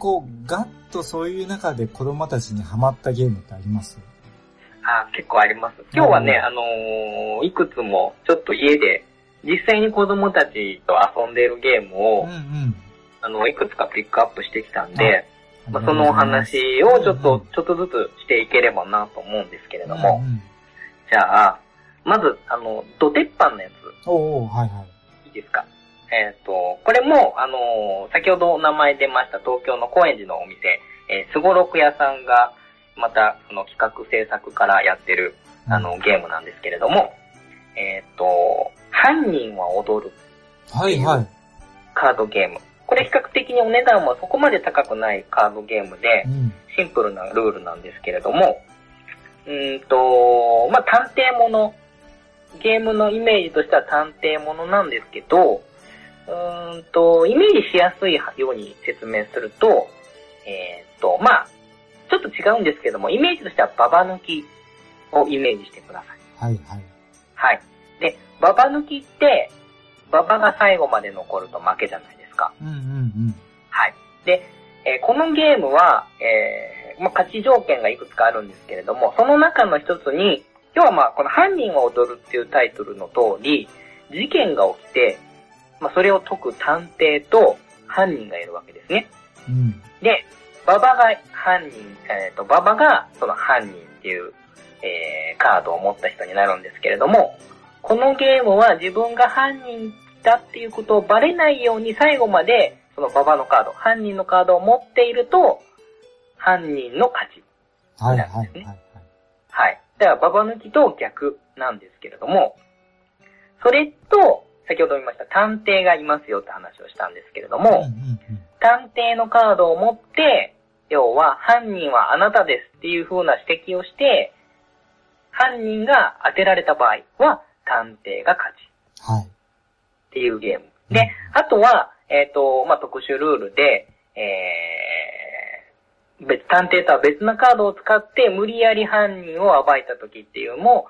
こう、ガッとそういう中で子供たちにハマったゲームってあります？ 結構あります。今日はね、いくつもちょっと家で実際に子供たちと遊んでいるゲームを、いくつかピックアップしてきたんで、そのお話をちょっとずつしていければなと思うんですけれども、じゃあ、まず、ド鉄板のやつ。いいですか？これも、先ほど名前出ました東京の高円寺のお店、すごろく屋さんが、また、その企画制作からやってる、ゲームなんですけれども、犯人は踊る。カードゲーム。これ比較的にお値段はそこまで高くないカードゲームで、シンプルなルールなんですけれども、探偵もの、ゲームのイメージとしては探偵ものなんですけど、イメージしやすいように説明すると、ちょっと違うんですけども、イメージとしてはババ抜きをイメージしてください。で、ババ抜きって、ババが最後まで残ると負けじゃないですか。で、このゲームは、勝ち条件がいくつかあるんですけれども、その中の一つに、要はこの犯人は踊るっていうタイトルの通り、事件が起きて、それを解く探偵と犯人がいるわけですね。で、ババがその犯人っていう、カードを持った人になるんですけれども、このゲームは自分が犯人だっていうことをバレないように最後までそのババのカード、犯人のカードを持っていると、犯人の勝ちになるんですね。だからババ抜きと逆なんですけれども、それと、先ほど言いました探偵がいますよって話をしたんですけれども、探偵のカードを持って、要は犯人はあなたですっていう風な指摘をして、犯人が当てられた場合は探偵が勝ち。っていうゲーム。で、あとは、特殊ルールで、探偵とは別なカードを使って無理やり犯人を暴いた時っていうのも、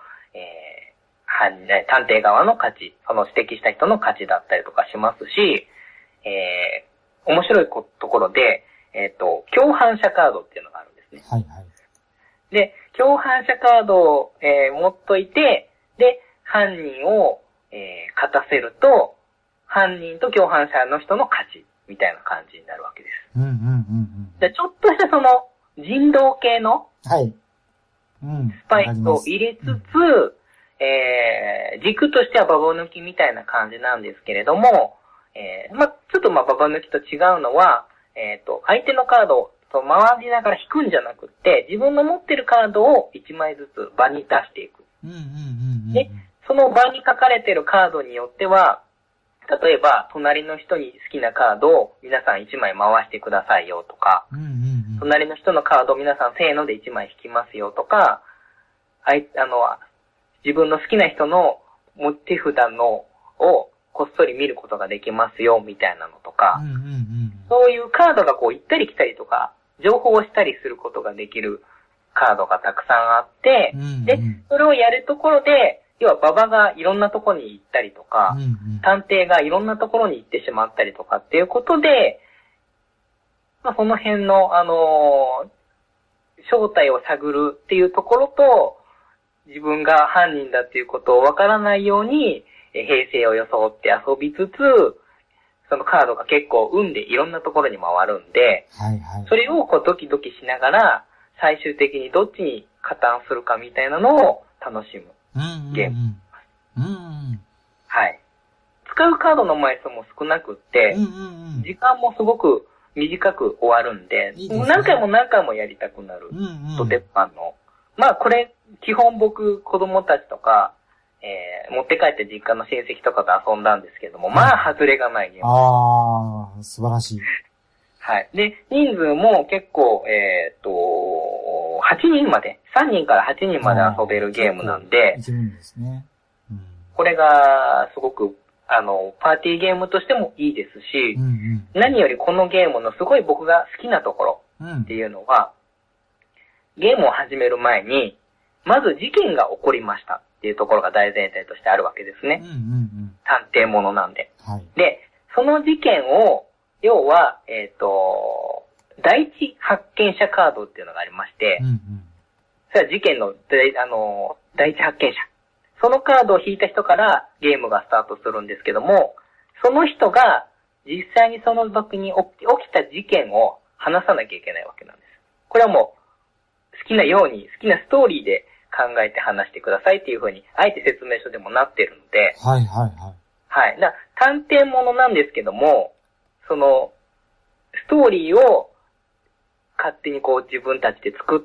探偵側の勝ち、その指摘した人の勝ちだったりとかしますし、面白いところで、共犯者カードっていうのがあるんですね。で、共犯者カードを、持っといて、で、犯人を、勝たせると、犯人と共犯者の人の勝ち、みたいな感じになるわけです。で、ちょっとしたその、人道系の、スパイスを入れつつ、軸としてはババ抜きみたいな感じなんですけれども、ちょっとババ抜きと違うのは、相手のカードを回りながら引くんじゃなくって、自分の持ってるカードを1枚ずつ場に出していく。で、その場に書かれてるカードによっては、例えば、隣の人に好きなカードを皆さん1枚回してくださいよとか、隣の人のカードを皆さんせーので1枚引きますよとか、自分の好きな人の手札をこっそり見ることができますよみたいなのとか、そういうカードがこう行ったり来たりとか、情報をしたりすることができるカードがたくさんあって、で、それをやるところで、要はババがいろんなところに行ったりとか、探偵がいろんなところに行ってしまったりとかっていうことで、その辺の、正体を探るっていうところと、自分が犯人だっていうことをわからないように、平成を装って遊びつつ、そのカードが結構運でいろんなところに回るんで、それをこうドキドキしながら、最終的にどっちに加担するかみたいなのを楽しむゲーム。使うカードの枚数も少なくって、時間もすごく短く終わるんで、何回も何回もやりたくなる、ド鉄板の。これ、基本僕、子供たちとか、持って帰って実家の親戚とかと遊んだんですけども、外れがないゲーム。 素晴らしい。 で、人数も結構、8人まで、3人から8人まで遊べるゲームなんで、これがすごく、パーティーゲームとしてもいいですし、何よりこのゲームのすごい僕が好きなところっていうのは、ゲームを始める前に、まず事件が起こりましたっていうところが大前提としてあるわけですね。探偵ものなんで。で、その事件を、要は、 第一発見者カードっていうのがありまして、 うんうん、 それは事件の第一発見者。そのカードを引いた人からゲームがスタートするんですけども、その人が実際にその時に起きた事件を話さなきゃいけないわけなんです。これはもう好きなように、好きなストーリーで考えて話してくださいっていう風に、あえて説明書でもなってるので、 はいはいはい。 はい。探偵ものなんですけども、その、ストーリーを勝手にこう自分たちで作って、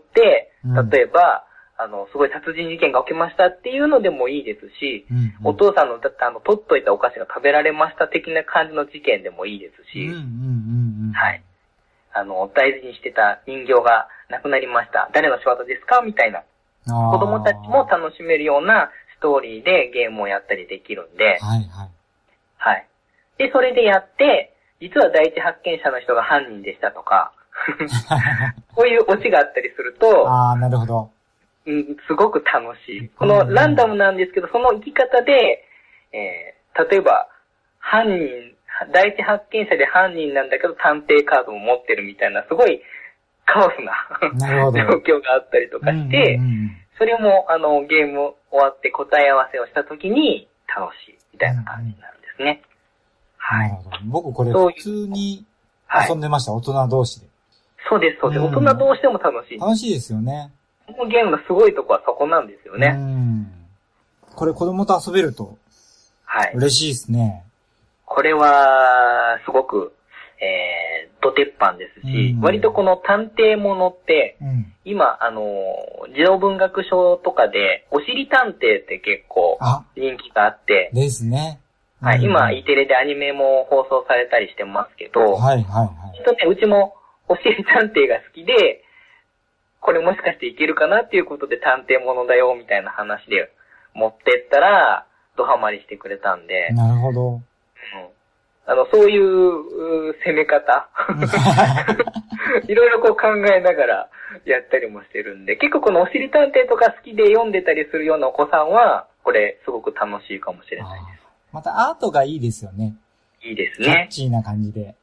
例えば、すごい殺人事件が起きましたっていうのでもいいですし、 うんうん、 お父さんの取っといたお菓子が食べられました的な感じの事件でもいいですし、はい。大事にしてた人形がなくなりました。誰の仕業ですかみたいな。子供たちも楽しめるようなストーリーでゲームをやったりできるんで、 はいはい。 はい。で、それでやって、実は第一発見者の人が犯人でしたとか、こういうオチがあったりすると、 なるほど。 すごく楽しい。このランダムなんですけど、その生き方で、例えば、第一発見者で犯人なんだけど探偵カードを持ってるみたいな、すごいカオスな状況があったりとかして、それもゲーム終わって答え合わせをしたときに楽しいみたいな感じになるんですね。 はい。なるほど。僕これ普通に遊んでました、大人同士で。 そうです、そうです。大人同士でも楽しい。 楽しいですよね。 このゲームのすごいとこはそこなんですよね。 これ子供と遊べると、嬉しいですね。 これは、すごく、ド鉄板ですし、割とこの探偵ものって、今、児童文学賞とかで、おしり探偵って結構人気があって、 ですね。 はい、今、E テレでアニメも放送されたりしてますけど、 はいはいはい。 うちもおしり探偵が好きで、これもしかしていけるかなっていうことで探偵ものだよみたいな話で持ってったら、ドハマりしてくれたんで。 なるほど。 そういう攻め方いろいろこう考えながらやったりもしてるんで、結構このおしり探偵とか好きで読んでたりするようなお子さんは、これすごく楽しいかもしれないです。 またアートがいいですよね。 いいですね。 キャッチーな感じで。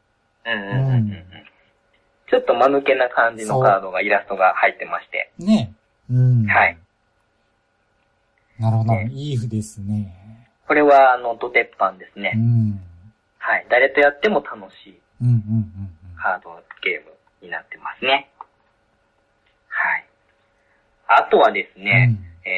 ちょっと間抜けな感じのカードが、イラストが入ってまして。 ね。 はい。 なるほど、いいですね。 これは、ド鉄板ですね。はい。誰とやっても楽しい。ハードゲームになってますね。はい。あとはですね、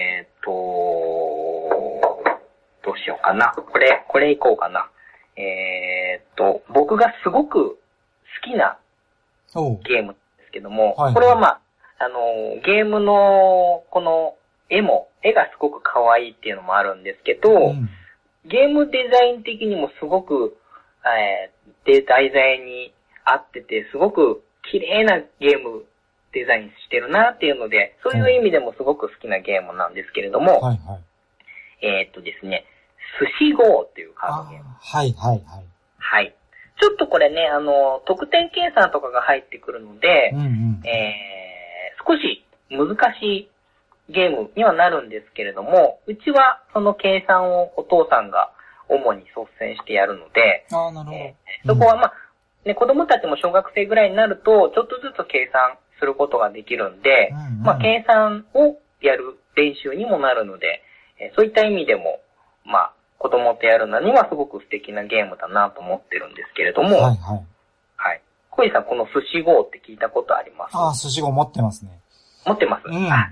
どうしようかな。これいこうかな。僕がすごく好きなゲームですけども、これはゲームのこの絵がすごく可愛いっていうのもあるんですけど、ゲームデザイン的にもすごく、題材に合ってて、すごく綺麗なゲームデザインしてるなっていうので、そういう意味でもすごく好きなゲームなんですけれども、ですね、寿司号っていうカードゲーム。はい。ちょっとこれね、得点計算とかが入ってくるので、少し難しいゲームにはなるんですけれども、うちはその計算をお父さんが主に率先してやるので、そこは子供たちも小学生ぐらいになると、ちょっとずつ計算することができるんで、計算をやる練習にもなるので、そういった意味でも、子供とやるのにはすごく素敵なゲームだなと思ってるんですけれども、はい。小井さん、この寿司号って聞いたことあります？ 寿司号持ってますね。 持ってます？じゃあ、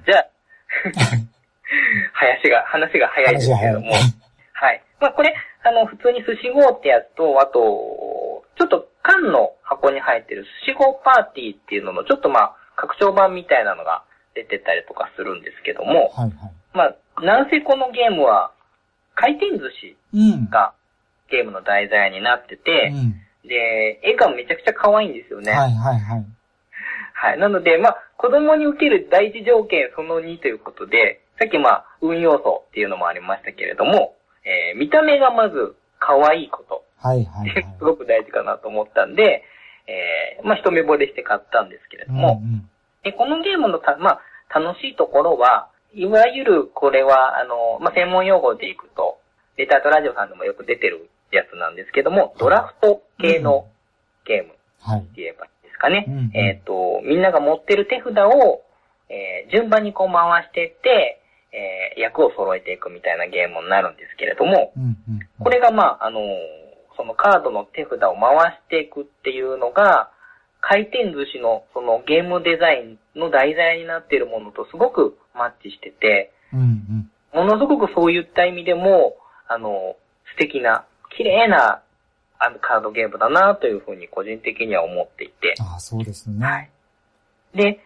話が早いですけれども、はい。これ、普通に寿司号ってやつと、あと、ちょっと缶の箱に入ってる寿司号パーティーっていうのの、ちょっと拡張版みたいなのが出てたりとかするんですけども、なんせこのゲームは、回転寿司がゲームの題材になってて、で、絵がめちゃくちゃ可愛いんですよね。はい。なので、子供に受ける第一条件その2ということで、さっき運要素っていうのもありましたけれども、見た目がまず可愛いこと。すごく大事かなと思ったんで、一目惚れして買ったんですけれども、このゲームの楽しいところは、いわゆるこれは、専門用語でいくと、レタートラジオさんでもよく出てるやつなんですけども、ドラフト系のゲームって言えばいいですですかね。みんなが持ってる手札を、順番にこう回していって、役を揃えていくみたいなゲームになるんですけれども、これがそのカードの手札を回していくっていうのが、回転寿司のそのゲームデザインの題材になっているものとすごくマッチしてて、ものすごくそういった意味でも、素敵な、綺麗なカードゲームだなというふうに個人的には思っていて。 ああ、そうですね。はい。 で、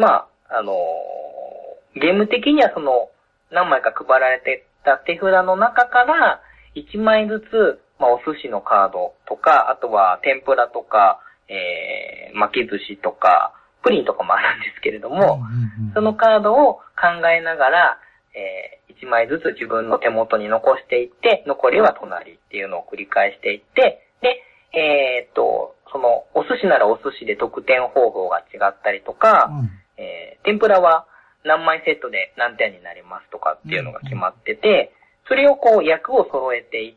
ゲーム的にはその、何枚か配られてた手札の中から、1枚ずつ、お寿司のカードとか、あとは天ぷらとか、巻き寿司とか、プリンとかもあるんですけれども、そのカードを考えながら、1枚ずつ自分の手元に残していって、残りは隣っていうのを繰り返していって、で、その、お寿司ならお寿司で得点方法が違ったりとか、天ぷらは何枚セットで何点になりますとかっていうのが決まってて、それをこう役を揃えていって、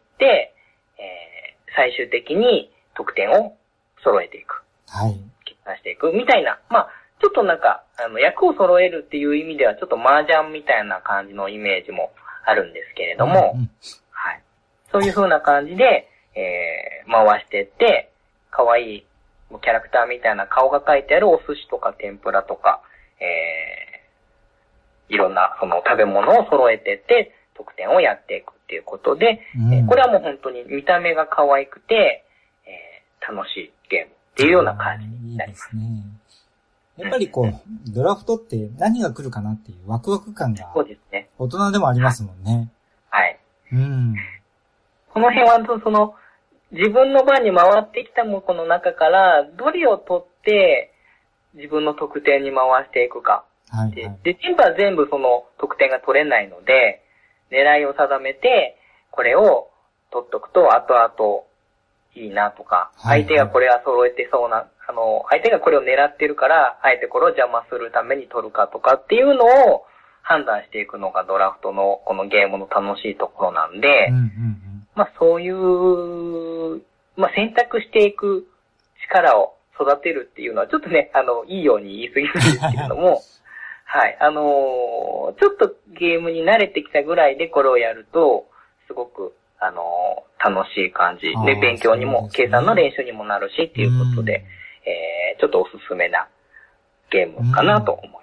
最終的に得点を揃えていく。 はい。 決断していくみたいな、ちょっとなんか、役を揃えるっていう意味ではちょっと麻雀みたいな感じのイメージもあるんですけれども、はい。そういう風な感じで、回していって、可愛いキャラクターみたいな顔が描いてあるお寿司とか天ぷらとか、いろんなその食べ物を揃えていって、得点をやっていくっていうことで、これはもう本当に見た目が可愛くて、楽しいゲームっていうような感じになります。 いいですね。やっぱりこう、ドラフトって何が来るかなっていうワクワク感が、そうですね。大人でもありますもんね。 はい。この辺は、その、自分の番に回ってきたものの中から、どれを取って、自分の得点に回していくか。で、全部は全部その得点が取れないので、狙いを定めて、これを取っとくと、後々いいなとか、相手がこれは揃えてそうな、相手がこれを狙ってるから、あえてこれを邪魔するために取るかとかっていうのを判断していくのがドラフトのこのゲームの楽しいところなんで、そういう、選択していく力を育てるっていうのはちょっとね、いいように言い過ぎるんですけれども、はい、ちょっとゲームに慣れてきたぐらいでこれをやると、すごく、楽しい感じで、勉強にも、計算の練習にもなるしっていうことで、ちょっとおすすめなゲームかなと思います。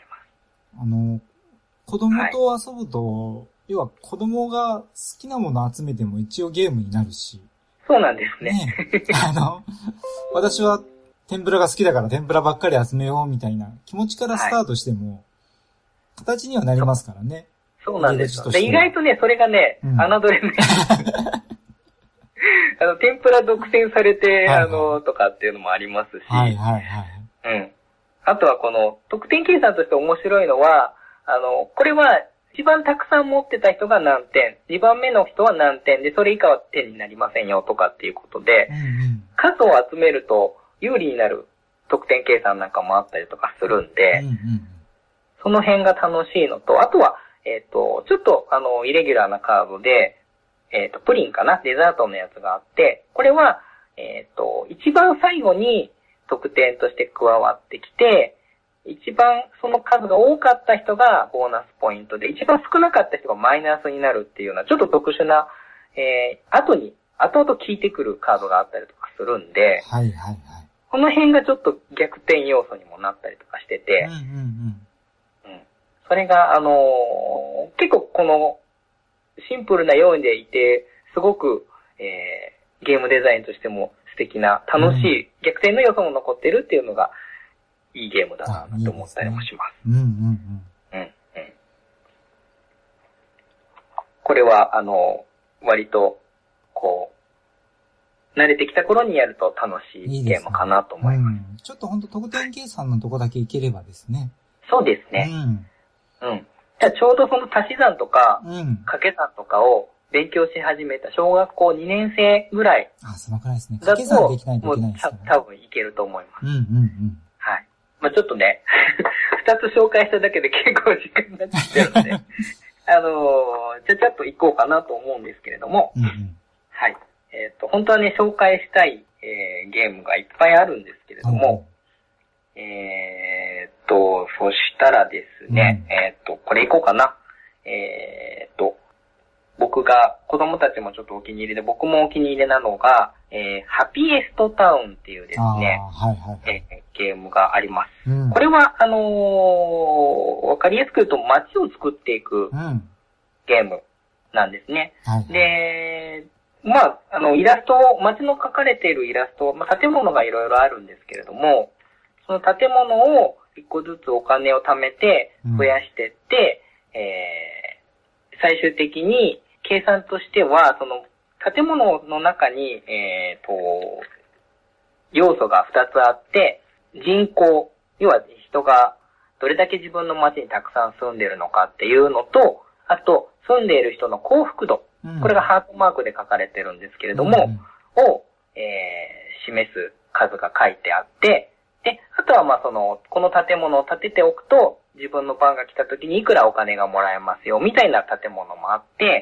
子供と遊ぶと、要は子供が好きなものを集めても一応ゲームになるし。 そうなんですね。 私は天ぷらが好きだから天ぷらばっかり集めようみたいな気持ちからスタートしても、形にはなりますからね。 そうなんですよ。意外とね、それがね、侮れない。天ぷら独占されて、とかっていうのもありますし。あとはこの、得点計算として面白いのは、これは一番たくさん持ってた人が何点、2番目の人は何点で、それ以下は点になりませんよとかっていうことで、数を集めると有利になる得点計算なんかもあったりとかするんで、その辺が楽しいのと、あとは、ちょっと、イレギュラーなカードで、プリンかな、デザートのやつがあって、これは、一番最後に得点として加わってきて、一番その数が多かった人がボーナスポイントで、一番少なかった人がマイナスになるっていうような、ちょっと特殊な、後々効いてくるカードがあったりとかするんで、この辺がちょっと逆転要素にもなったりとかしてて、それが、結構この、シンプルな要因でいて、すごく、ゲームデザインとしても素敵な、楽しい、逆転の要素も残ってるっていうのが、いいゲームだなと思ったりもします。これは、割と、こう、慣れてきた頃にやると楽しいゲームかなと思います。 ちょっとほんと得点計算のとこだけいければですね。 そうですね。じゃあちょうどその足し算とか、掛け算とかを勉強し始めた小学校2年生ぐらい。 そのくらいですね。掛け算できないといけないですからね。 多分いけると思います。はい。ちょっとね、二つ紹介しただけで結構時間になっちゃうので、ちゃっと行こうかなと思うんですけれども、はい。本当はね、紹介したい、ゲームがいっぱいあるんですけれども、 そしたらですね、これいこうかな。僕が、子供たちもちょっとお気に入りで、僕もお気に入りなのが、ハピエストタウンっていうですね、ゲームがあります。これは、わかりやすく言うと街を作っていくゲームなんですね。で、まあ、イラスト、街の描かれているイラスト、まあ、建物がいろいろあるんですけれども、その建物を一個ずつお金を貯めて増やしていって、最終的に計算としては、その建物の中に、要素が2つあって、人口、要は人がどれだけ自分の街にたくさん住んでいるのかっていうのと、あと、住んでいる人の幸福度、これがハートマークで書かれてるんですけれども、を、示す数が書いてあって、で、あとはまあこの建物を建てておくと、自分の番が来た時にいくらお金がもらえますよ、みたいな建物もあって、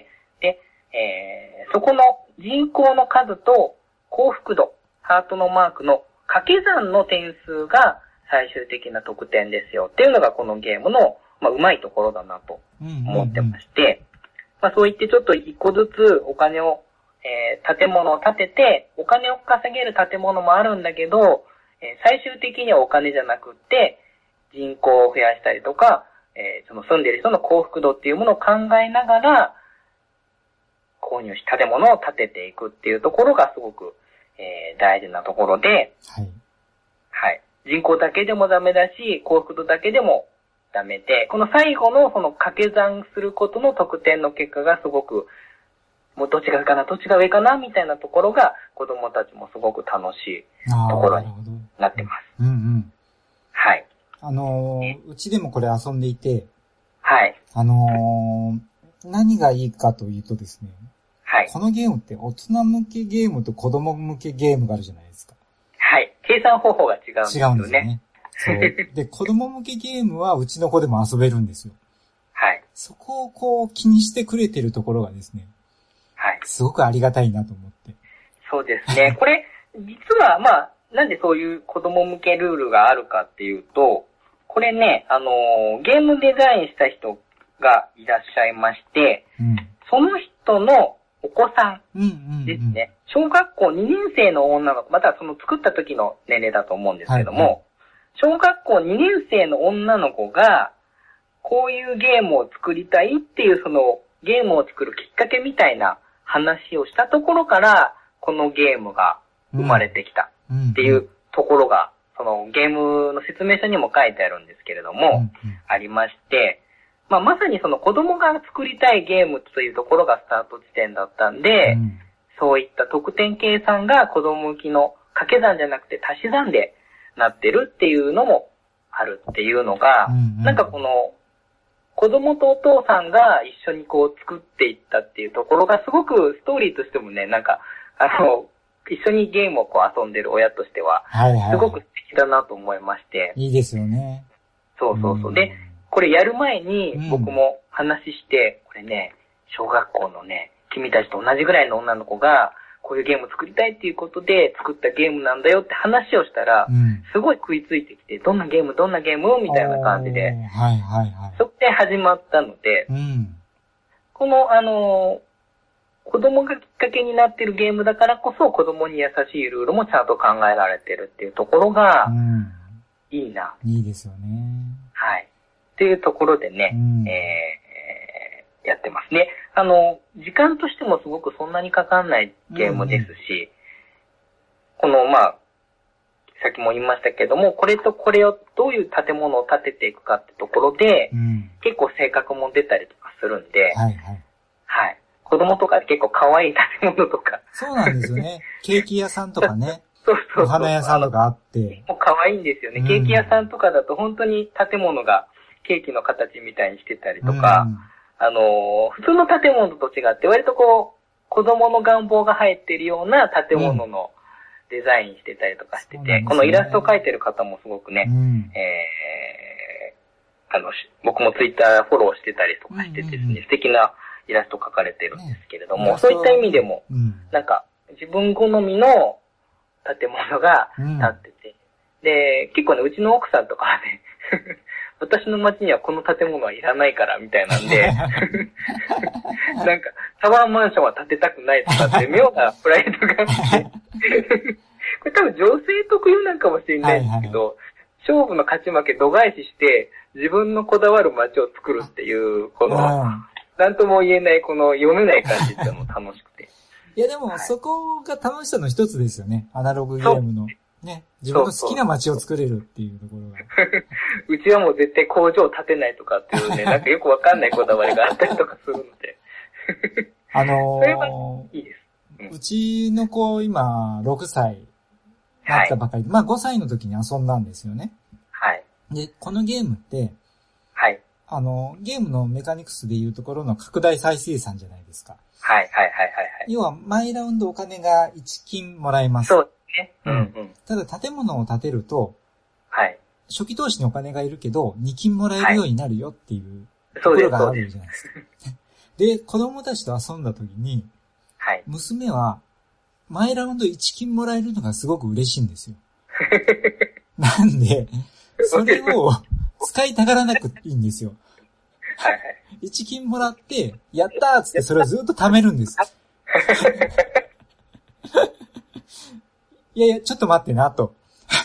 で、そこの人口の数と幸福度、ハートのマークの掛け算の点数が最終的な得点ですよっていうのがこのゲームの、まあ、うまいところだなと思ってまして、まあそう言ってちょっと一個ずつお金を、建物を建てて、お金を稼げる建物もあるんだけど、最終的にはお金じゃなくって、人口を増やしたりとか、その住んでいる人の幸福度っていうものを考えながら、購入し建物を建てていくっていうところがすごく、大事なところで、はい。人口だけでもダメだし、幸福度だけでもダメで、この最後のその掛け算することの得点の結果がすごく、もうどっちが上かな、どっちが上かな、みたいなところが子供たちもすごく楽しいところになってます。はい。 うちでもこれ遊んでいて、 はい。 何がいいかというとですね、 はい。 このゲームって大人向けゲームと子供向けゲームがあるじゃないですか。 はい。計算方法が違うんですよね。違うんですね。 そう。で、子供向けゲームはうちの子でも遊べるんですよ。 はい。 そこをこう気にしてくれてるところがですね、 はい。 すごくありがたいなと思って。 そうですね。これ、実はまあ、なんでそういう子供向けルールがあるかっていうと、これね、ゲームデザインした人がいらっしゃいまして、その人のお子さんですね。小学校2年生の女の子、またその作った時の年齢だと思うんですけども、小学校2年生の女の子が、こういうゲームを作りたいっていうそのゲームを作るきっかけみたいな話をしたところから、このゲームが生まれてきたっていうところが、そのゲームの説明書にも書いてあるんですけれども、ありまして、まあ、まさにその子供が作りたいゲームというところがスタート地点だったんで、そういった得点計算が子供向きの掛け算じゃなくて足し算でなってるっていうのもあるっていうのが、なんかこの子供とお父さんが一緒にこう作っていったっていうところがすごくストーリーとしてもね、なんか一緒にゲームをこう遊んでる親としては、すごく素敵だなと思いまして。 いいですよね。 そうそうそう。で、これやる前に僕も話して、これね、小学校のね、君たちと同じぐらいの女の子が、こういうゲーム作りたいっていうことで作ったゲームなんだよって話をしたら、すごい食いついてきて、どんなゲームみたいな感じで、そこで始まったので、この子供がきっかけになっているゲームだからこそ子供に優しいルールもちゃんと考えられてるっていうところが、いいな。 いいですよね。 はい。っていうところでね、やってますね。時間としてもすごくそんなにかかんないゲームですし、この、まあ、さっきも言いましたけども、これとこれをどういう建物を建てていくかってところで、結構性格も出たりとかするんで、はい。子供とか結構可愛い建物とか。 そうなんですよね。ケーキ屋さんとかね。お花屋さんとかあって。 もう可愛いんですよね。ケーキ屋さんとかだと本当に建物がケーキの形みたいにしてたりとか、普通の建物と違って割とこう、子供の願望が入っているような建物のデザインしてたりとかしてて、このイラストを描いてる方もすごくね、僕もツイッターフォローしてたりとかしてですね、素敵なイラスト描かれてるんですけれども、そういった意味でも、なんか自分好みの建物が建ってて、 で、結構ね、うちの奥さんとかはね、私の町にはこの建物はいらないからみたいなんで、なんかタワーマンションは建てたくないとかって妙なプライドがあって、これ多分女性特有なんかもしれないんですけど、勝負の勝ち負け度外視して自分のこだわる街を作るっていう、この、なんとも言えないこの読めない感じっていうのも楽しくて。 いやでもそこが楽しさの一つですよね。アナログゲームの。ね。自分の好きな街を作れるっていうところが。 うちはもう絶対工場建てないとかっていうね、なんかよくわかんないこだわりがあったりとかするので。それはいいです。 うちの子今6歳なったばかりで、まあ5歳の時に遊んだんですよね。 はい。 で、このゲームって、 はい。 ゲームのメカニクスでいうところの拡大再生産じゃないですか。 はいはいはいはい。 要は、毎ラウンドお金が1金もらえます。 そうですね。うんうん。 ただ、建物を建てると、 はい。 初期投資にお金がいるけど、2金もらえるようになるよっていうところがあるじゃないですか。で、子供たちと遊んだ時に、 はい。 娘は、毎ラウンド1金もらえるのがすごく嬉しいんですよ。なんで、それを使いたがらなくていいんですよ。 はいはい。 1金もらって、やったーっつってそれをずっと貯めるんです。いやいや、ちょっと待ってな、と。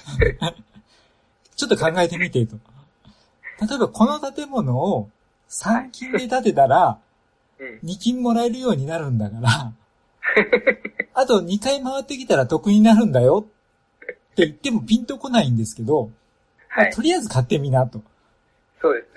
ちょっと考えてみて、と。例えばこの建物を3金で建てたら、2金もらえるようになるんだから、あと2回回ってきたら得になるんだよって言ってもピンとこないんですけど、まあ、とりあえず買ってみなと。 そうです。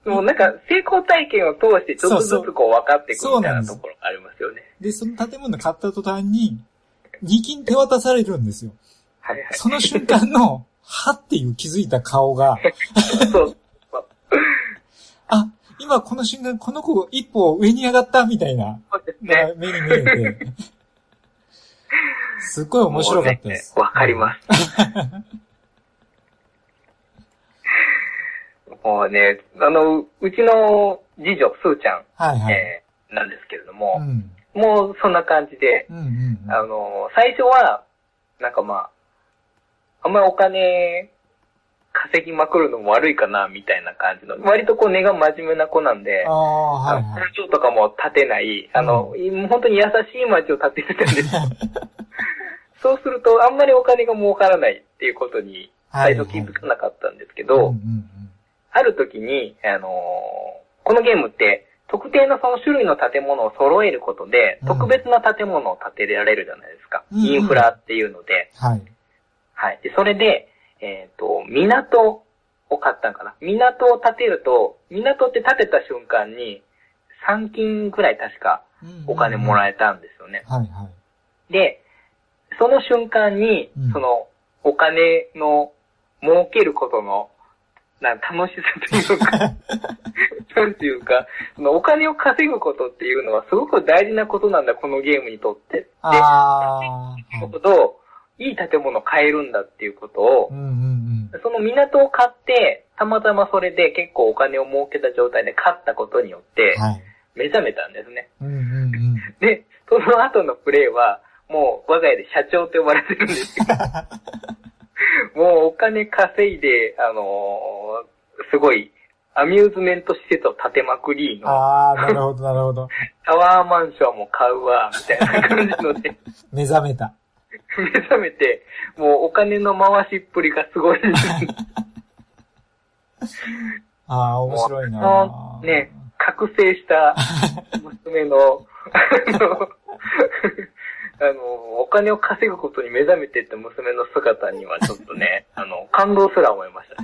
もうなんか成功体験を通してちょっとずつこう分かっていくみたいなところがありますよね。 で、その建物買った途端に、2金手渡されるんですよ。 はいはい。 その瞬間の、はっていう気づいた顔が、 そう。 あ、今この瞬間この子一歩上に上がったみたいな、 そうですね、 目に見えて、すっごい面白かったです。 わかります。もうね、うちの次女、スーちゃん、 はいはい、 なんですけれども、もうそんな感じで、 うんうんうん、 最初は、なんかまあ、あんまりお金稼ぎまくるのも悪いかな、みたいな感じの、割とこう根が真面目な子なんで、 はいはい、 工場とかも建てない、本当に優しい街を建ててたんですよ。そうすると、あんまりお金が儲からないっていうことに、最初気づかなかったんですけど、ある時に、このゲームって、特定のその種類の建物を揃えることで、特別な建物を建てられるじゃないですか。インフラっていうので。 はい。 はい。で、それで、港を買ったんかな。港を建てると、港って建てた瞬間に、3金くらい確かお金もらえたんですよね。 はいはい。 で、その瞬間に、その、お金の儲けることの、楽しさというか、なんていうか、そのお金を稼ぐことっていうのはすごく大事なことなんだ、このゲームにとって。で、ほど、いい建物を買えるんだっていうことを、その港を買って、たまたまそれで結構お金を儲けた状態で買ったことによって、目覚めたんですね。で、その後のプレイは、もう我が家で社長って呼ばれてるんですけど、もうお金稼いで、すごい、アミューズメント施設を建てまくりの。 なるほど、なるほど。 タワーマンションも買うわ、みたいな感じので。 目覚めた。 目覚めて、もうお金の回しっぷりがすごい。 面白いなね、覚醒した娘の、お金を稼ぐことに目覚めてった娘の姿にはちょっとね、感動すら思いました、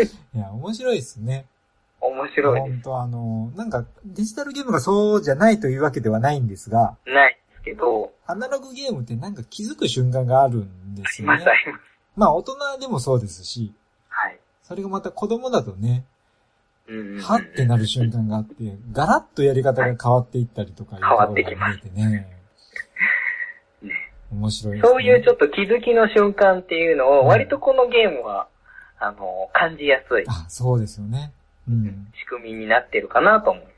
ね。 いや、面白いですね。 面白いです。 本当なんか、デジタルゲームがそうじゃないというわけではないんですが。 ないですけど。 アナログゲームってなんか気づく瞬間があるんですよね。 あります、あります。 まあ、大人でもそうですし。 はい。 それがまた子供だとね、はってなる瞬間があって、ガラッとやり方が変わっていったりとかいうところが見えてね。変わってきます。ね。面白いですね。 そういうちょっと気づきの瞬間っていうのを、割とこのゲームは、感じやすい。 そうですよね。 仕組みになってるかなと思います。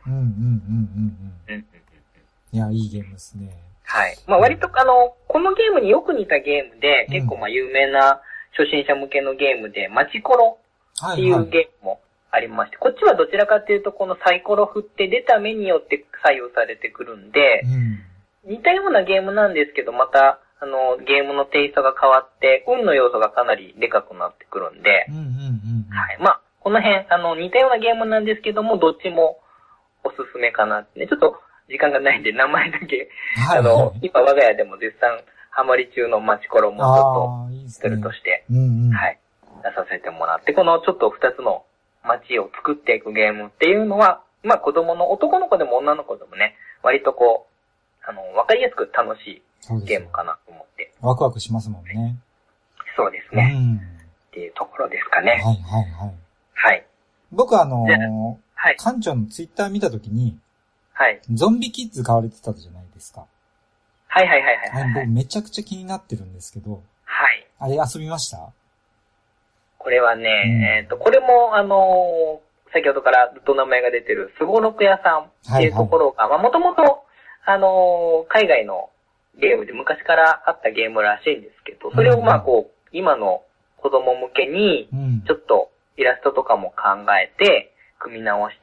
いや、いいゲームですね。 はい。まあ割とこのゲームによく似たゲームで、結構有名な初心者向けのゲームで、マチコロっていうゲームもありまして、こっちはどちらかというと、このサイコロ振って出た目によって左右されてくるんで、似たようなゲームなんですけど、また、ゲームのテイストが変わって、運の要素がかなりでかくなってくるんで、はい。まあ、この辺、似たようなゲームなんですけども、どっちもおすすめかなってね。ちょっと時間がないんで、名前だけ、今我が家でも絶賛ハマり中のマチコロもちょっと、するとして、はい。出させてもらって、このちょっと2つの街を作っていくゲームっていうのは、まあ子供の男の子でも女の子でもね、割とこう、わかりやすく楽しいゲームかなと思って。 ワクワクしますもんね。 そうですね。っていうところですかね。はい。 僕館長のツイッター見たときに、ゾンビキッズ買われてたじゃないですか。僕めちゃくちゃ気になってるんですけど、あれ遊びました？ これはね、これも先ほどからずっと名前が出てるスゴロク屋さんっていうところが、まあもともと海外のゲームで昔からあったゲームらしいんですけど、それをまあこう、今の子供向けに、ちょっとイラストとかも考えて、組み直して、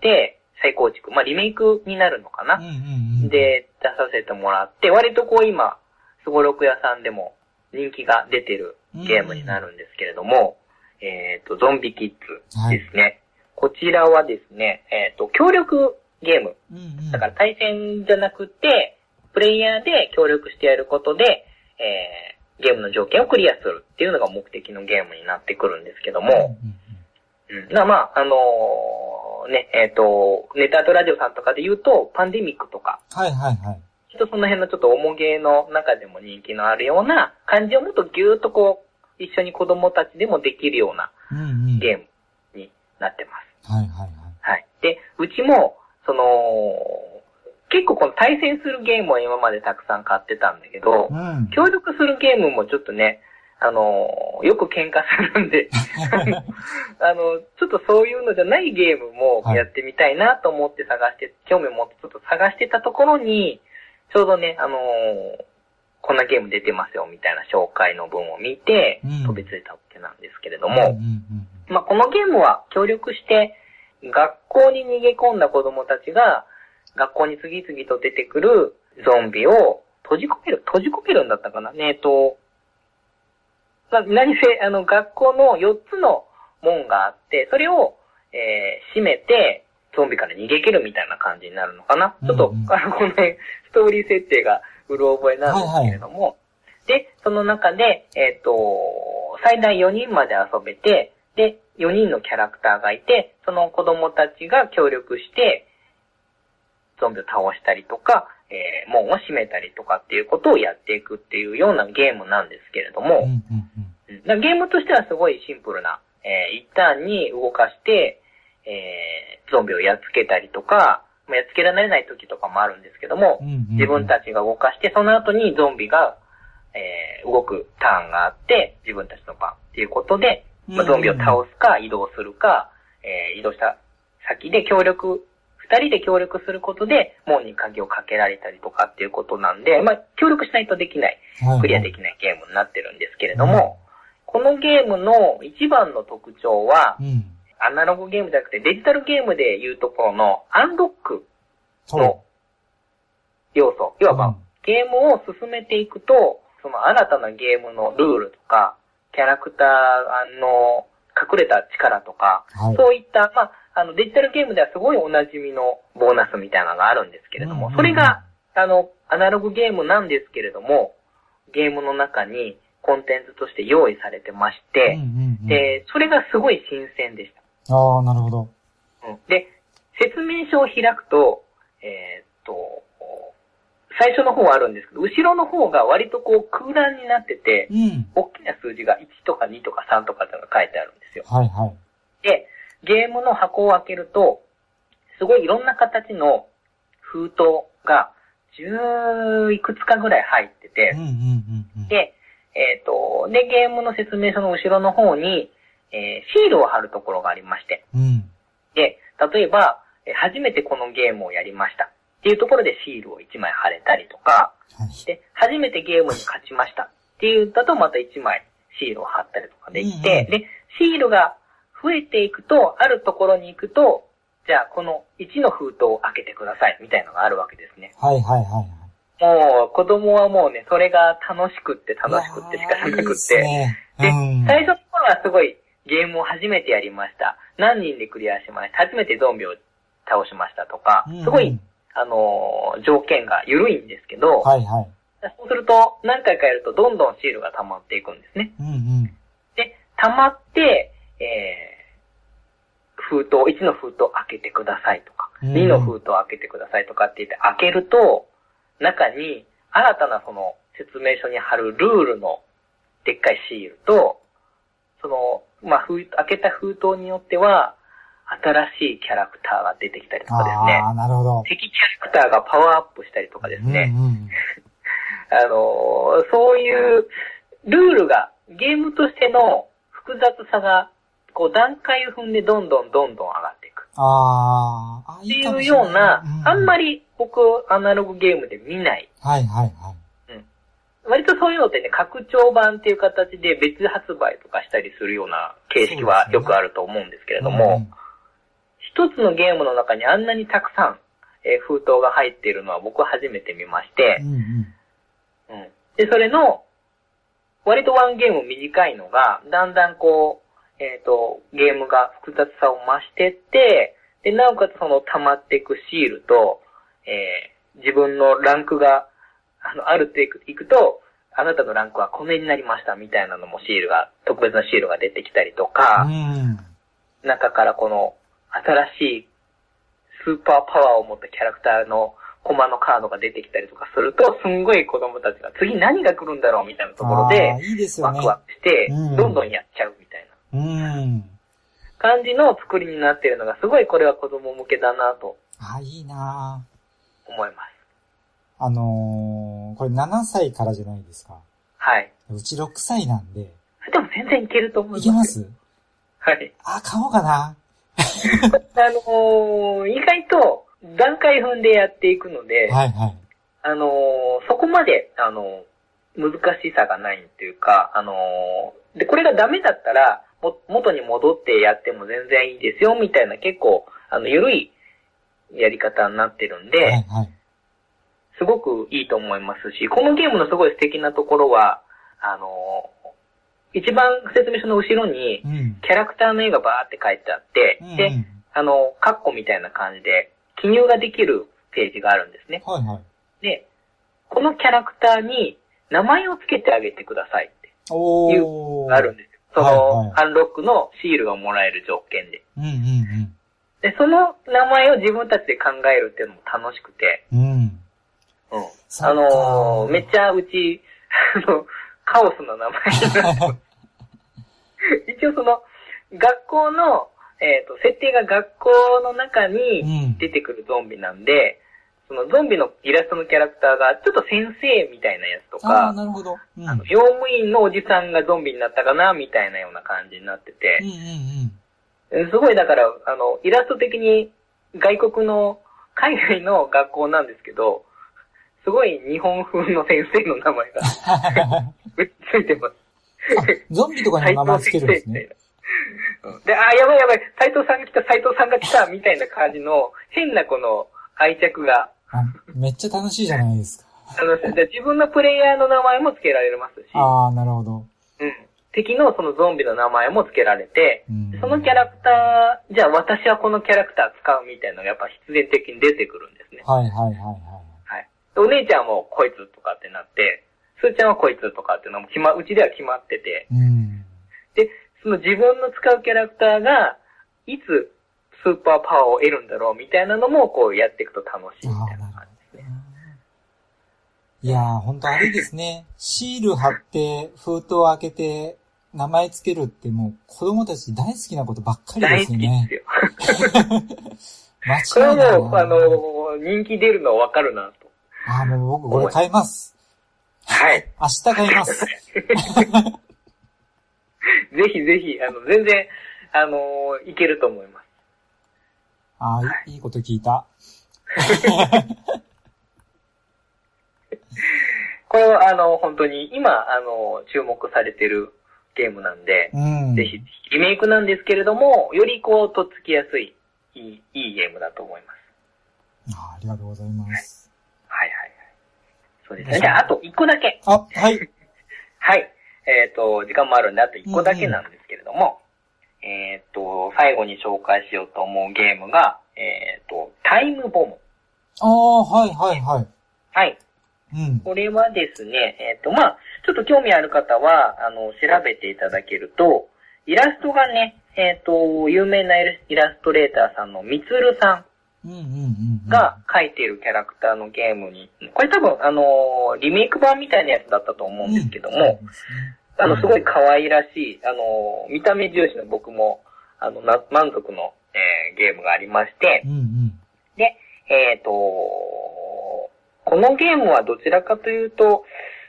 再構築、まあリメイクになるのかな、で、出させてもらって、割とこう今、スゴロク屋さんでも人気が出てるゲームになるんですけれども、ゾンビキッズですね。こちらはですね、協力ゲーム。だから対戦じゃなくて、プレイヤーで協力してやることで、ゲームの条件をクリアするっていうのが目的のゲームになってくるんですけども、まあ、ネタとラジオさんとかで言うと、パンデミックとか、ちょっとその辺のちょっと重ゲーの中でも人気のあるような感じをもっとぎゅーっとこう、一緒に子供たちでもできるようなゲームになってます。で、うちも、結構この対戦するゲームを今までたくさん買ってたんだけど、協力するゲームもちょっとね、よく喧嘩するんで、ちょっとそういうのじゃないゲームもやってみたいなと思って興味を持ってちょっと探してたところに、ちょうどね、こんなゲーム出てますよみたいな紹介の文を見て、飛びついたわけなんですけれども、まあ、このゲームは協力して、学校に逃げ込んだ子供たちが、学校に次々と出てくるゾンビを閉じ込めるんだったかな何せ、学校の4つの門があって、それを、閉めて、ゾンビから逃げ切るみたいな感じになるのかな。ちょっと、この辺、ストーリー設定がうる覚えなんですけれども、で、その中で、最大4人まで遊べて、で、4人のキャラクターがいて、その子供たちが協力して、ゾンビを倒したりとか、門を閉めたりとかっていうことをやっていくっていうようなゲームなんですけれども、ゲームとしてはすごいシンプルな、一旦に動かして、ゾンビをやっつけたりとか、やっつけられない時とかもあるんですけども、自分たちが動かして、その後にゾンビが、動くターンがあって、自分たちの番っていうことで、ゾンビを倒すか移動するか、移動した先で二人で協力することで、門に鍵をかけられたりとかっていうことなんで、まあ、協力しないとできない、クリアできないゲームになってるんですけれども、このゲームの一番の特徴は、アナログゲームじゃなくてデジタルゲームでいうところのアンロックの要素。要は、ゲームを進めていくと、その新たなゲームのルールとか、キャラクターの隠れた力とか、そういった、まあ、デジタルゲームではすごいおなじみのボーナスみたいなのがあるんですけれども、それが、アナログゲームなんですけれども、ゲームの中にコンテンツとして用意されてまして、で、それがすごい新鮮でした。 ああ、なるほど。 で、説明書を開くと、最初の方はあるんですけど、後ろの方が割とこう空欄になってて、大きな数字が1とか2とか3とかっていうのが書いてあるんですよ。で、ゲームの箱を開けると、すごいいろんな形の封筒が10いくつかぐらい入ってて、で、ゲームの説明書の後ろの方に、シールを貼るところがありまして、で、例えば、初めてこのゲームをやりましたっていうところでシールを1枚貼れたりとか、で、初めてゲームに勝ちましたっていうだとまた1枚シールを貼ったりとかできて、で、シールが増えていくと、あるところに行くと、じゃあこの1の封筒を開けてください、みたいなのがあるわけですね。 はいはいはい。 もう、子供はもうね、それが楽しくって仕方なくって。 いいですね。 で、最初の頃はすごいゲームを初めてやりました。何人でクリアしました。初めてゾンビを倒しましたとか、すごい、条件が緩いんですけど、 はいはい。 そうすると、何回かやるとどんどんシールが溜まっていくんですね。で、溜まって、1の封筒開けてくださいとか、2の封筒開けてくださいとかって言って開けると、中に新たなその説明書に貼るルールのでっかいシールと、開けた封筒によっては、新しいキャラクターが出てきたりとかですね。 なるほど。 敵キャラクターがパワーアップしたりとかですね。そういうルールが、ゲームとしての複雑さが、段階を踏んでどんどん上がっていく。っていうような、あんまり僕、アナログゲームで見ない。 はいはいはい。 割とそういうのってね、拡張版っていう形で別発売とかしたりするような形式はよくあると思うんですけれども、一つのゲームの中にあんなにたくさん、封筒が入っているのは僕は初めて見まして、で、それの、割とワンゲーム短いのが、だんだんゲームが複雑さを増してって、で、なおかつその溜まっていくシールと、自分のランクが、あるっていくと、あなたのランクはこれになりましたみたいなのも特別なシールが出てきたりとか、中からこの新しいスーパーパワーを持ったキャラクターのコマのカードが出てきたりとかすると、すんごい子供たちが次何が来るんだろうみたいなところで、ワクワクして、どんどんやっちゃうみたいな感じの作りになっているのが、すごいこれは子供向けだなと。 いいな思います。 これ7歳からじゃないですか。 はい。 うち6歳なんで。 でも全然いけると思います。 いけます？ はい。 買おうかな。 意外と段階踏んでやっていくので、 はいはい。 そこまで、難しさがないというか、で、これがダメだったら、元に戻ってやっても全然いいですよ、みたいな結構、緩いやり方になってるんで、 はいはい。 すごくいいと思いますし、このゲームのすごい素敵なところは、一番説明書の後ろに、キャラクターの絵がバーって書いてあって、で、カッコみたいな感じで、記入ができるページがあるんですね。 はいはい。 で、このキャラクターに名前を付けてあげてくださいっていうのがあるんですよ。アンロックのシールがもらえる条件で。で、その名前を自分たちで考えるっていうのも楽しくて、めっちゃうち、カオスな名前になって一応学校の、設定が学校の中に出てくるゾンビなんで、そのゾンビのイラストのキャラクターがちょっと先生みたいなやつとか、 なるほど。 用務員のおじさんがゾンビになったかなみたいなような感じになってて、すごいだから、イラスト的に海外の学校なんですけど、すごい日本風の先生の名前がついてます。 ゾンビとかに名前つけるんですね。 で、やばい、斉藤さんが来た、みたいな感じの変なこの愛着が。 めっちゃ楽しいじゃないですか。 自分のプレイヤーの名前も付けられますし。 なるほど。 敵のそのゾンビの名前も付けられて、そのキャラクター、じゃあ私はこのキャラクター使うみたいなのがやっぱ必然的に出てくるんですね。 はい。 お姉ちゃんもこいつとかってなって、すーちゃんはこいつとかっていうのもうちでは決まってて、で、その自分の使うキャラクターが、いつスーパーパワーを得るんだろうみたいなのもこうやっていくと楽しいみたいな感じですね。 いやー、ほんとあれですね。シール貼って、封筒開けて、名前つけるってもう子供たち大好きなことばっかりですよね。 大好きですよ。これはもう、人気出るのはわかるなと。 もう僕これ買います。 はい。 明日買います。ぜひ、全然、いけると思います。 いいこと聞いた。 これは、本当に、今、注目されてるゲームなんで、ぜひ、リメイクなんですけれども、よりこう、とっつきやすい、いいゲームだと思います。 ありがとうございます。 はいはいはい。そうですね。じゃあ、あと1個だけ。 はい。 はい。時間もあるんで、あと1個だけなんですけれども、最後に紹介しようと思うゲームが、タイムボム。 はいはいはい。 はい。これはですね、ちょっと興味ある方は、調べていただけると、イラストがね、有名なイラストレーターさんのみつるさんが描いているキャラクターのゲームに、これ多分、リメイク版みたいなやつだったと思うんですけども、すごい可愛らしい、見た目重視の僕も、満足の、ゲームがありまして、で、このゲームはどちらかというと、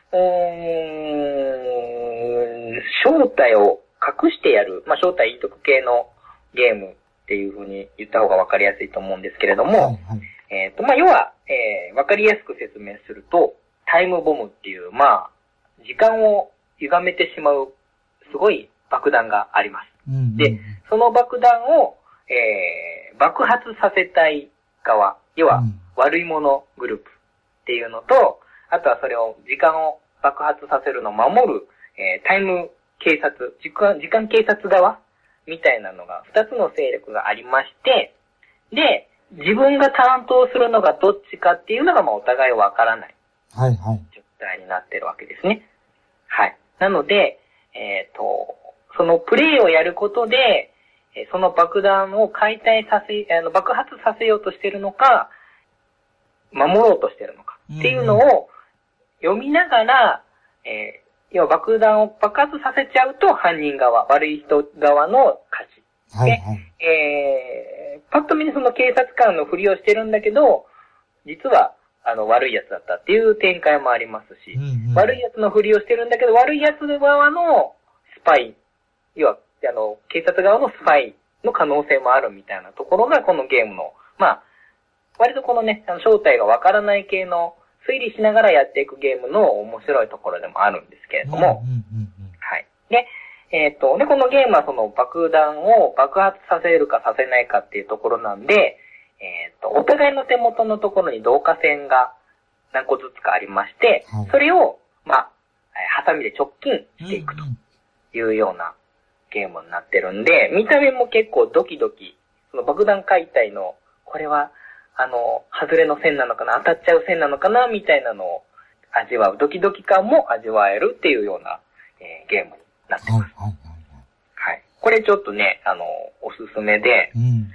正体を隠してやる、正体隠匿系のゲームっていう風に言った方がわかりやすいと思うんですけれども、要は、わかりやすく説明すると、タイムボムっていう、時間を歪めてしまう、すごい爆弾があります。で、その爆弾を、爆発させたい側、要は悪い者グループっていうのと、あとはそれを時間を爆発させるのを守る、タイム警察、時間警察側みたいなのが2つの勢力がありまして、で、自分が担当するのがどっちかっていうのがお互いわからない状態になってるわけですね。はい。なので、そのプレイをやることで、その爆弾を爆発させようとしてるのか、守ろうとしてるのかっていうのを読みながら、要は爆弾を爆発させちゃうと犯人側、悪い人側の勝ち。で、パッと見にその警察官のふりをしてるんだけど、実は悪いやつだったっていう展開もありますし、悪いやつのふりをしてるんだけど、悪いやつ側のスパイ、要は警察側のスパイの可能性もあるみたいなところがこのゲームの、割とこのね、正体がわからない系の推理しながらやっていくゲームの面白いところでもあるんですけれども、はい。で、このゲームはその爆弾を爆発させるかさせないかっていうところなんで、お互いの手元のところに導火線が何個ずつかありまして、それを、ハサミで直近していくというようなゲームになってるんで、見た目も結構ドキドキ、その爆弾解体の、これは、外れの線なのかな、当たっちゃう線なのかな、みたいなのを味わう、ドキドキ感も味わえるっていうような、ゲームになってます。はい。これちょっとね、おすすめで、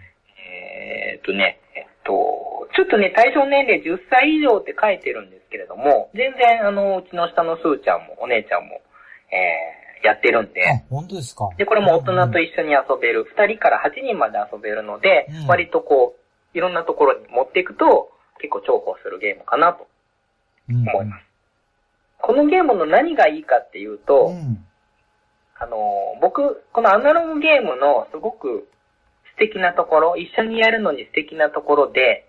ちょっとね、対象年齢10歳以上って書いてるんですけれども、全然うちの下のスーちゃんもお姉ちゃんも、やってるんで。 本当ですか。 で、これも大人と一緒に遊べる、2人から8人まで遊べるので、割とこう、いろんなところに持っていくと、結構重宝するゲームかなと思います。このゲームの何がいいかっていうと、僕、このアナログゲームのすごく素敵なところ、一緒にやるのに素敵なところで、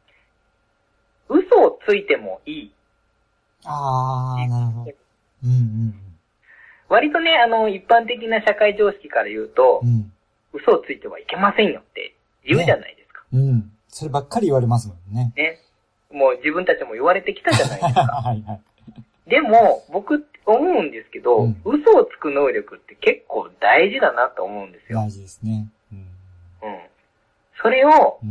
嘘をついてもいい。 なるほど。 割とね、一般的な社会常識から言うと、嘘をついてはいけませんよって言うじゃないですか。 そればっかり言われますもんね。 もう自分たちも言われてきたじゃないですか。でも、僕思うんですけど、嘘をつく能力って結構大事だなと思うんですよ。 大事ですね。 それを、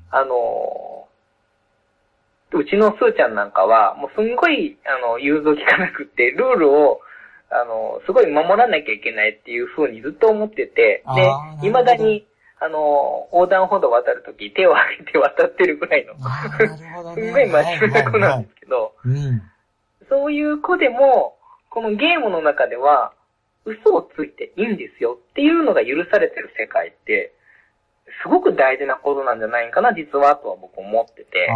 うちのスーちゃんなんかは、もうすんごい、融通きかなくって、ルールを、すごい守らなきゃいけないっていう風にずっと思ってて、で、未だに、横断歩道渡るとき手を上げて渡ってるぐらいの、すんごい真面目な子なんですけど、そういう子でも、このゲームの中では、嘘をついていいんですよっていうのが許されてる世界って、すごく大事なことなんじゃないかな、実は、とは僕思ってて。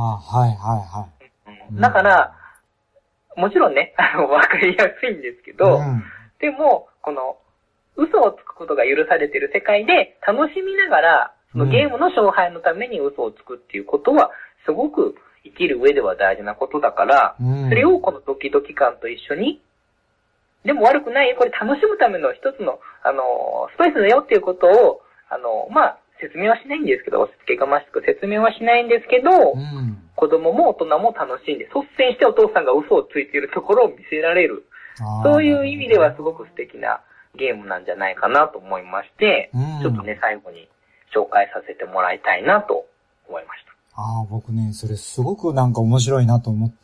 だから、もちろんね、わかりやすいんですけど、でも、この、嘘をつくことが許されてる世界で楽しみながら、そのゲームの勝敗のために嘘をつくっていうことは、すごく生きる上では大事なことだから、それをこのドキドキ感と一緒にでも悪くないよ、これ楽しむための一つの、ストレスだよっていうことを、説明はしないんですけど、押し付けがましく説明はしないんですけど、子供も大人も楽しんで、率先してお父さんが嘘をついているところを見せられる。そういう意味ではすごく素敵なゲームなんじゃないかなと思いまして、ちょっとね、最後に紹介させてもらいたいなと思いました。 僕ね、それすごくなんか面白いなと思って、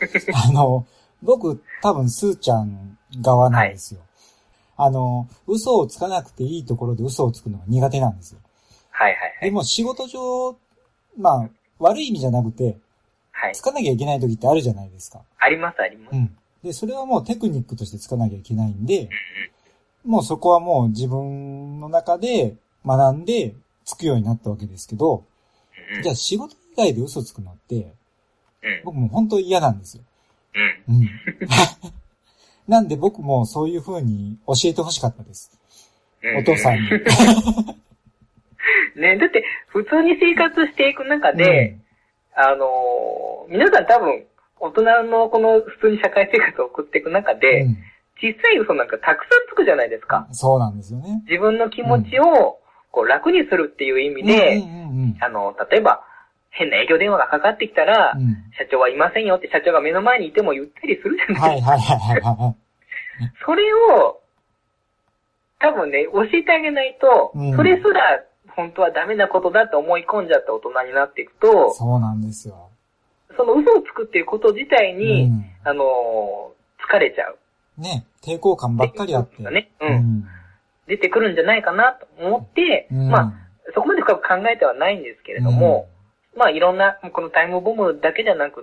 僕多分スーちゃん側なんですよ。嘘をつかなくていいところで嘘をつくのが苦手なんですよ。 はいはいはい。 でも仕事上、悪い意味じゃなくて、つかなきゃいけない時ってあるじゃないですか。 ありますあります。 で、それはもうテクニックとしてつかなきゃいけないんで、もうそこはもう自分の中で学んでつくようになったわけですけど、じゃあ仕事以外で嘘つくのって、僕も本当嫌なんですよ。なんで僕もそういう風に教えてほしかったです。お父さんに。 ね、だって普通に生活していく中で、皆さん多分大人のこの普通に社会生活を送っていく中で、小さい嘘なんかたくさんつくじゃないですか。 そうなんですよね。 自分の気持ちをこう楽にするっていう意味で、例えば変な営業電話がかかってきたら、社長はいませんよって社長が目の前にいても言ったりするじゃないですか。それを多分ね、教えてあげないと、それすら本当はダメなことだと思い込んじゃった大人になっていくと、 そうなんですよ。 その嘘をつくっていうこと自体に、疲れちゃう。 ね、抵抗感ばっかりあって。 出てくるんじゃないかなと思って、そこまで深く考えてはないんですけれども、いろんな、このタイムボムだけじゃなくって、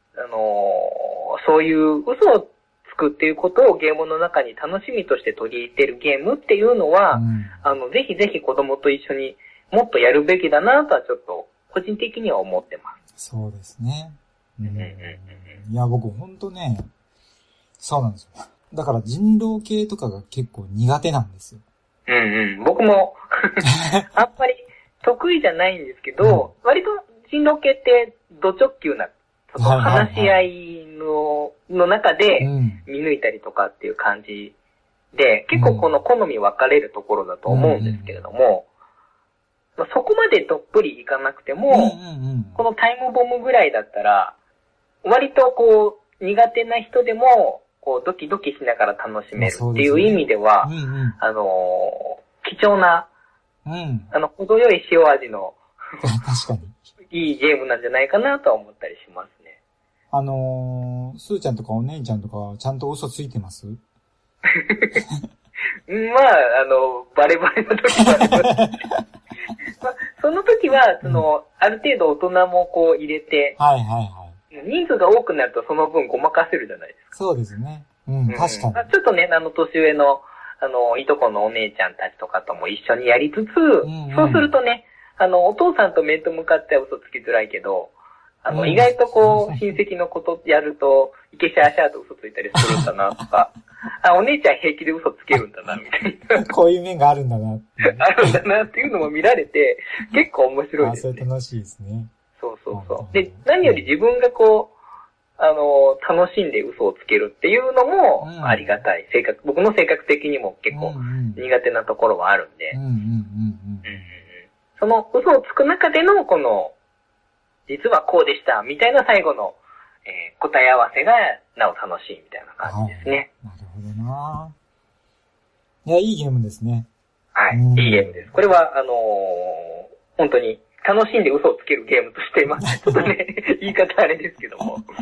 そういう嘘をつくっていうことをゲームの中に楽しみとして取り入れているゲームっていうのは、ぜひぜひ子供と一緒にもっとやるべきだなとはちょっと個人的には思ってます。 そうですね。いや、僕ほんとね、そうなんですよ。だから人狼系とかが結構苦手なんですよ。 僕もあんまり得意じゃないんですけど、割と人狼系ってド直球な、話し合いの中で見抜いたりとかっていう感じで、結構この好み分かれるところだと思うんですけれども、そこまでどっぷりいかなくても、このタイムボムぐらいだったら、割とこう苦手な人でも、こうドキドキしながら楽しめるっていう意味では、貴重な、程よい塩味の確かにいいゲームなんじゃないかなとは思ったりしますね。 スーちゃんとかお姉ちゃんとかちゃんと嘘ついてます？ バレバレの時もあります。その時は、ある程度大人もこう入れて、人数が多くなるとその分ごまかせるじゃないですか。 そうですね。確かに。 ちょっとね、年上の、いとこのお姉ちゃんたちとかとも一緒にやりつつ、そうするとね、お父さんと面と向かっては嘘つきづらいけど、意外とこう、親戚のことやると、いけしゃーしゃーと嘘ついたりするんだなとか、お姉ちゃん平気で嘘つけるんだな、みたいな。 こういう面があるんだなって、 あるんだなっていうのも見られて、結構面白いですね。 それ楽しいですね。 そう。で、何より自分がこう、楽しんで嘘をつけるっていうのもありがたい。僕の性格的にも結構苦手なところはあるんで、その嘘をつく中でのこの、実はこうでしたみたいな最後の、答え合わせがなお楽しいみたいな感じですね。 なるほどな。いや、いいゲームですね。 はい、いいゲームです。これは本当に楽しんで嘘をつけるゲームとしてちょっとね、言い方あれですけども、はい。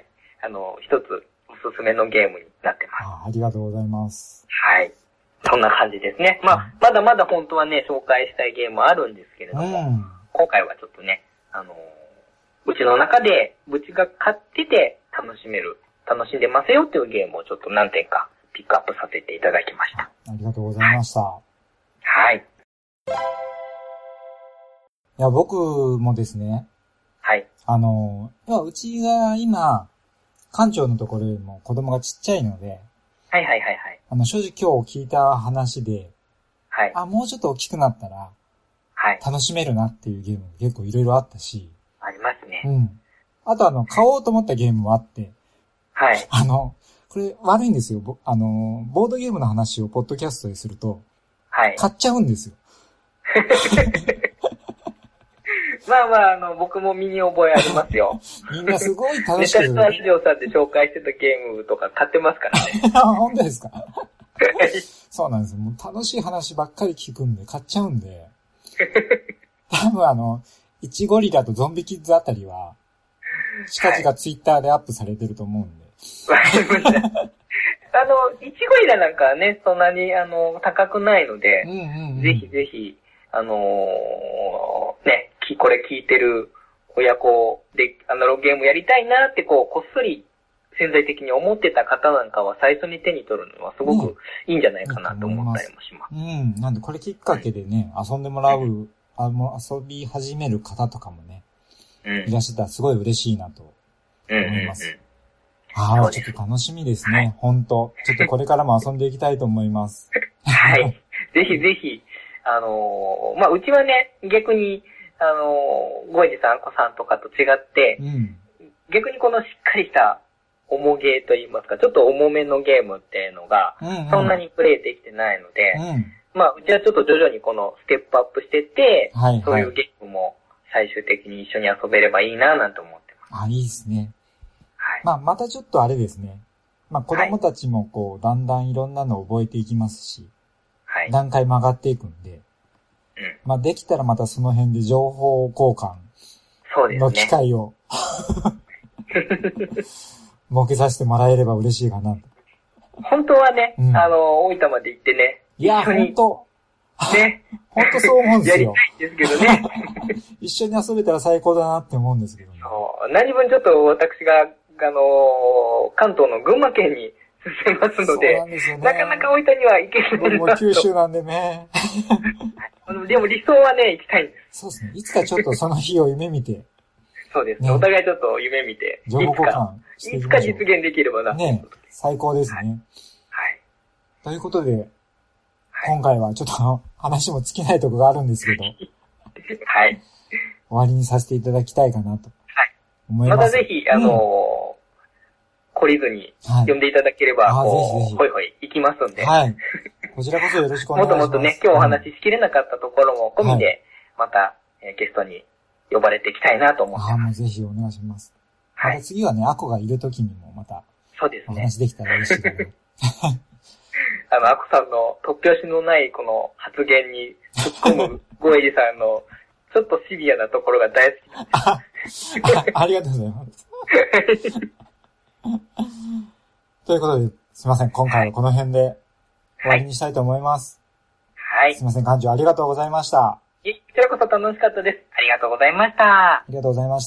一つおすすめのゲームになってます。 ありがとうございます。 はい。そんな感じですね。まだまだ本当はね、紹介したいゲームあるんですけれども、今回はちょっとね、うちの中で、うちが買ってて楽しんでますよっていうゲームをちょっと何点かピックアップさせていただきました。 ありがとうございました。 はい。 いや、僕もですね。 はい。 うちが今、館長のところよりも子供がちっちゃいので、正直今日聞いた話で、もうちょっと大きくなったら、楽しめるなっていうゲーム結構いろいろあったし、 ありますね。 あと買おうと思ったゲームもあって、 これ悪いんですよ。ボードゲームの話をポッドキャストですると、 はい。 買っちゃうんですよ。 まあ、僕も身に覚えありますよ。 みんなすごい楽しく。 ネタスタジオさんで紹介してたゲームとか買ってますからね。 本当ですか？そうなんですよ。もう楽しい話ばっかり聞くんで、買っちゃうんで。多分イチゴリラとゾンビキッズあたりは、近々ツイッターでアップされてると思うんで。 わかりました。イチゴリラなんかはね、そんなに高くないので、ぜひぜひ、ね、これ聞いてる親子でアナログゲームやりたいなってこっそり潜在的に思ってた方なんかは最初に手に取るのはすごくいいんじゃないかなと思ったりもします。 なんでこれきっかけでね、遊んでもらう、遊び始める方とかもね、いらっしゃったらすごい嬉しいなと思います。ちょっと楽しみですね、本当ちょっとこれからも遊んでいきたいと思います。 はい。ぜひぜひ、うちはね、逆に、ゴイジさん、アコさんとかと違って、逆にこのしっかりした重ゲーといいますか、ちょっと重めのゲームっていうのが、そんなにプレイできてないので、うちはちょっと徐々にこのステップアップしてって、そういうゲームも最終的に一緒に遊べればいいななんて思ってます。 いいですね。またちょっとあれですね。子供たちもだんだんいろんなのを覚えていきますし、段階曲がっていくんで、できたらまたその辺で情報交換の機会を設けさせてもらえれば嬉しいかなと。 本当はね、大分まで行ってね。 いや、本当ね。 本当そう思うんですよ。 やりたいんですけどね。 一緒に遊べたら最高だなって思うんですけどね。 そう。何分ちょっと私が、関東の群馬県に進めますので、そうなんですよね、なかなか大分には行けないなと。 僕も九州なんでね。 でも理想はね、行きたいんです。 そうですね。いつかちょっとその日を夢見て。 そうですね。お互いちょっと夢見て。 情報交換していきましょう。 いつか実現できればな。 ね、最高ですね。はい。ということで、今回はちょっと話も尽きないところがあるんですけど。 はい。 終わりにさせていただきたいかなと。思います。 またぜひ、懲りずに呼んでいただければ、ほいほい行きますんで。 はい。こちらこそよろしくお願いします。 もっともっとね、今日お話ししきれなかったところも込みで、また、ゲストに呼ばれていきたいなと思ってます。 もうぜひお願いします。また次はね、アコがいるときにもまた、 そうですね。 お話できたら嬉しいかな。 アコさんの突拍子のないこの発言に突っ込むゴエジさんのちょっとシビアなところが大好きなんです。 ありがとうございます。ということで、すいません。今回はこの辺で終わりにしたいと思います。 はい。 すいません。館長ありがとうございました。 こちらこそ楽しかったです。ありがとうございました。 ありがとうございました。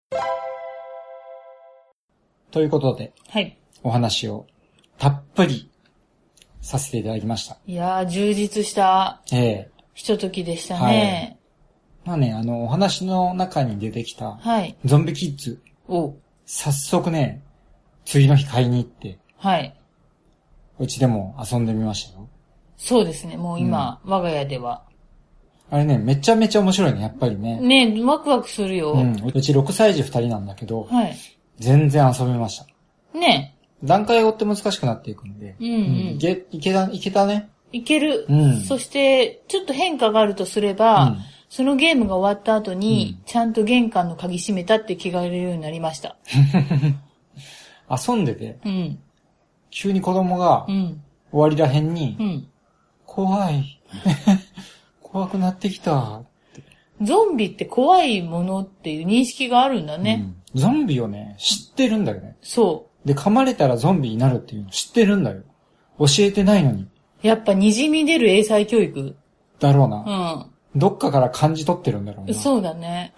ということで、お話をたっぷりさせていただきました。 いやー、充実したひとときでしたね。 お話の中に出てきた、ゾンビキッズを早速ね、次の日買いに行って、うちでも遊んでみましたよ。 そうですね、もう今、我が家では。 あれね、めちゃめちゃ面白いね、やっぱりね。 ね、ワクワクするよ。 うち6歳児2人なんだけど、全然遊べました。 ね。 段階を追って難しくなっていくんで、いけたね。 いける。そして、ちょっと変化があるとすれば、そのゲームが終わった後に、ちゃんと玄関の鍵閉めたって気が入れるようになりました。 遊んでて、急に子供が、終わりらへんに、怖い。怖くなってきた。 ゾンビって怖いものっていう認識があるんだね。 ゾンビをね、知ってるんだよね。 そう。 で、噛まれたらゾンビになるっていうの知ってるんだよ。教えてないのに。 やっぱ滲み出る英才教育。 だろうな。どっかから感じ取ってるんだろうな。 そうだね。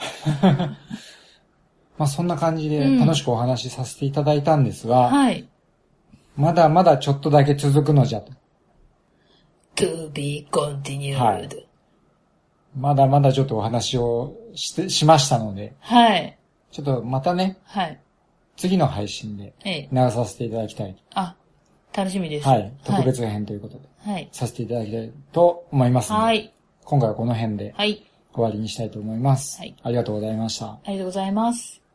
そんな感じで楽しくお話しさせていただいたんですが、まだまだちょっとだけ続くのじゃと。 To be continued。 まだまだちょっとお話をしましたので、ちょっとまたね、次の配信で流させていただきたい。 楽しみです。 特別編ということで、させていただきたいと思いますので、今回はこの辺で終わりにしたいと思います。ありがとうございました。 ありがとうございます。